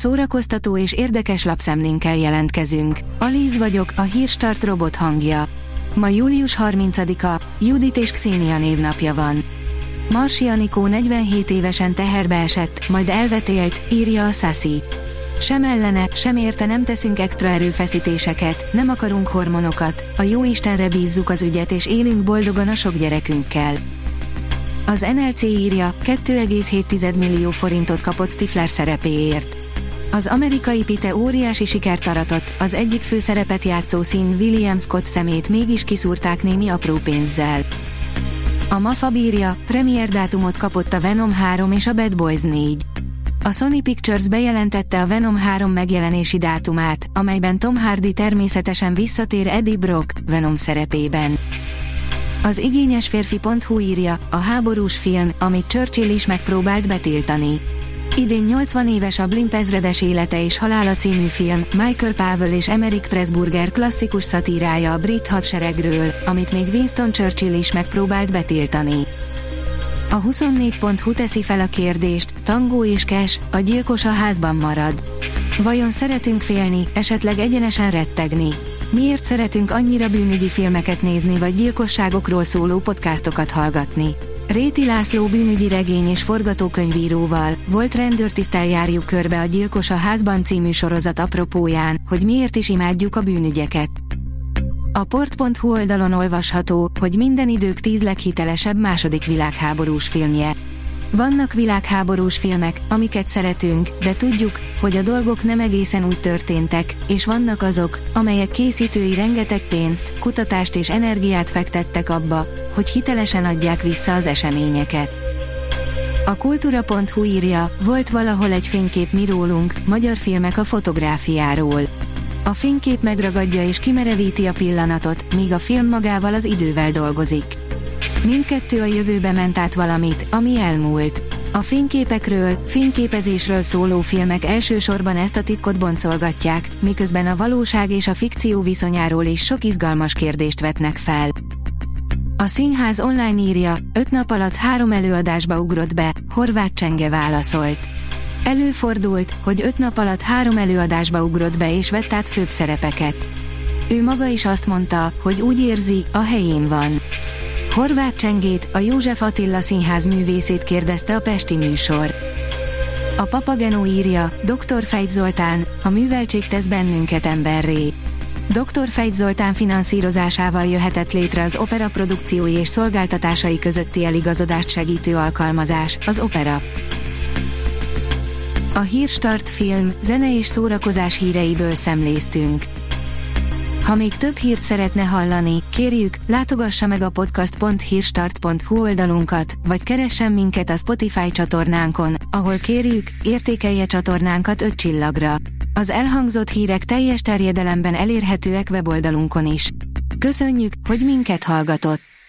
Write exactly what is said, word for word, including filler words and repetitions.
szórakoztató és érdekes lapszemlénkkel jelentkezünk. Alíz vagyok, a Hírstart robot hangja. Ma július harmincadika, Judit és Xenia névnapja van. Marsi Anikó negyvenhét évesen teherbe esett, majd elvetélt, írja a Sassy. Sem ellene, sem érte nem teszünk extra erőfeszítéseket, nem akarunk hormonokat, a jóistenre bízzuk az ügyet és élünk boldogan a sok gyerekünkkel. Az en el cé írja, két egész hét millió forintot kapott Stifler szerepéért. Az amerikai Pite óriási sikert aratott, az egyik főszerepet játszó szín William Scott szemét mégis kiszúrták némi apró pénzzel. A Mafab írja, premier dátumot kapott a Venom három és a Bad Boys négy. A Sony Pictures bejelentette a Venom három megjelenési dátumát, amelyben Tom Hardy természetesen visszatér Eddie Brock, Venom szerepében. Az igényes férfi pont hu írja, a háborús film, amit Churchill is megpróbált betiltani. Idén nyolcvan éves a Blimp ezredes élete és halála című film, Michael Powell és Emeric Pressburger klasszikus szatírája a brit hadseregről, amit még Winston Churchill is megpróbált betiltani. A huszonnégy pont hu teszi fel a kérdést, Tango és Cash, a gyilkos a házban marad. Vajon szeretünk félni, esetleg egyenesen rettegni? Miért szeretünk annyira bűnügyi filmeket nézni vagy gyilkosságokról szóló podcastokat hallgatni? Réti László bűnügyi regény és forgatókönyvíróval, volt rendőrtiszttel járjuk körbe a Gyilkos a házban című sorozat apropóján, hogy miért is imádjuk a bűnügyeket. A port pont hu oldalon olvasható, hogy minden idők tíz leghitelesebb második világháborús filmje. Vannak világháborús filmek, amiket szeretünk, de tudjuk, hogy a dolgok nem egészen úgy történtek, és vannak azok, amelyek készítői rengeteg pénzt, kutatást és energiát fektettek abba, hogy hitelesen adják vissza az eseményeket. A kultúra pont hu írja, volt valahol egy fénykép mi rólunk, magyar filmek a fotográfiáról. A fénykép megragadja és kimerevíti a pillanatot, míg a film magával az idővel dolgozik. Mindkettő a jövőbe ment át valamit, ami elmúlt. A fényképekről, fényképezésről szóló filmek elsősorban ezt a titkot boncolgatják, miközben a valóság és a fikció viszonyáról is sok izgalmas kérdést vetnek fel. A Színház online írja, öt nap alatt három előadásba ugrott be, Horváth Csenge válaszolt. Előfordult, hogy öt nap alatt három előadásba ugrott be és vett át főbb szerepeket. Ő maga is azt mondta, hogy úgy érzi, a helyén van. Horváth Csengét, a József Attila Színház művészét kérdezte a pesti műsor. A Papageno írja, doktor Fejt Zoltán, a műveltség tesz bennünket emberré. doktor Fejt Zoltán finanszírozásával jöhetett létre az opera produkciói és szolgáltatásai közötti eligazodást segítő alkalmazás, az Opera. A Hírstart film, zene és szórakozás híreiből szemléztünk. Ha még több hírt szeretne hallani, kérjük, látogassa meg a podcast pont hírstart pont hu oldalunkat, vagy keressen minket a Spotify csatornánkon, ahol kérjük, értékelje csatornánkat öt csillagra. Az elhangzott hírek teljes terjedelemben elérhetőek weboldalunkon is. Köszönjük, hogy minket hallgatott!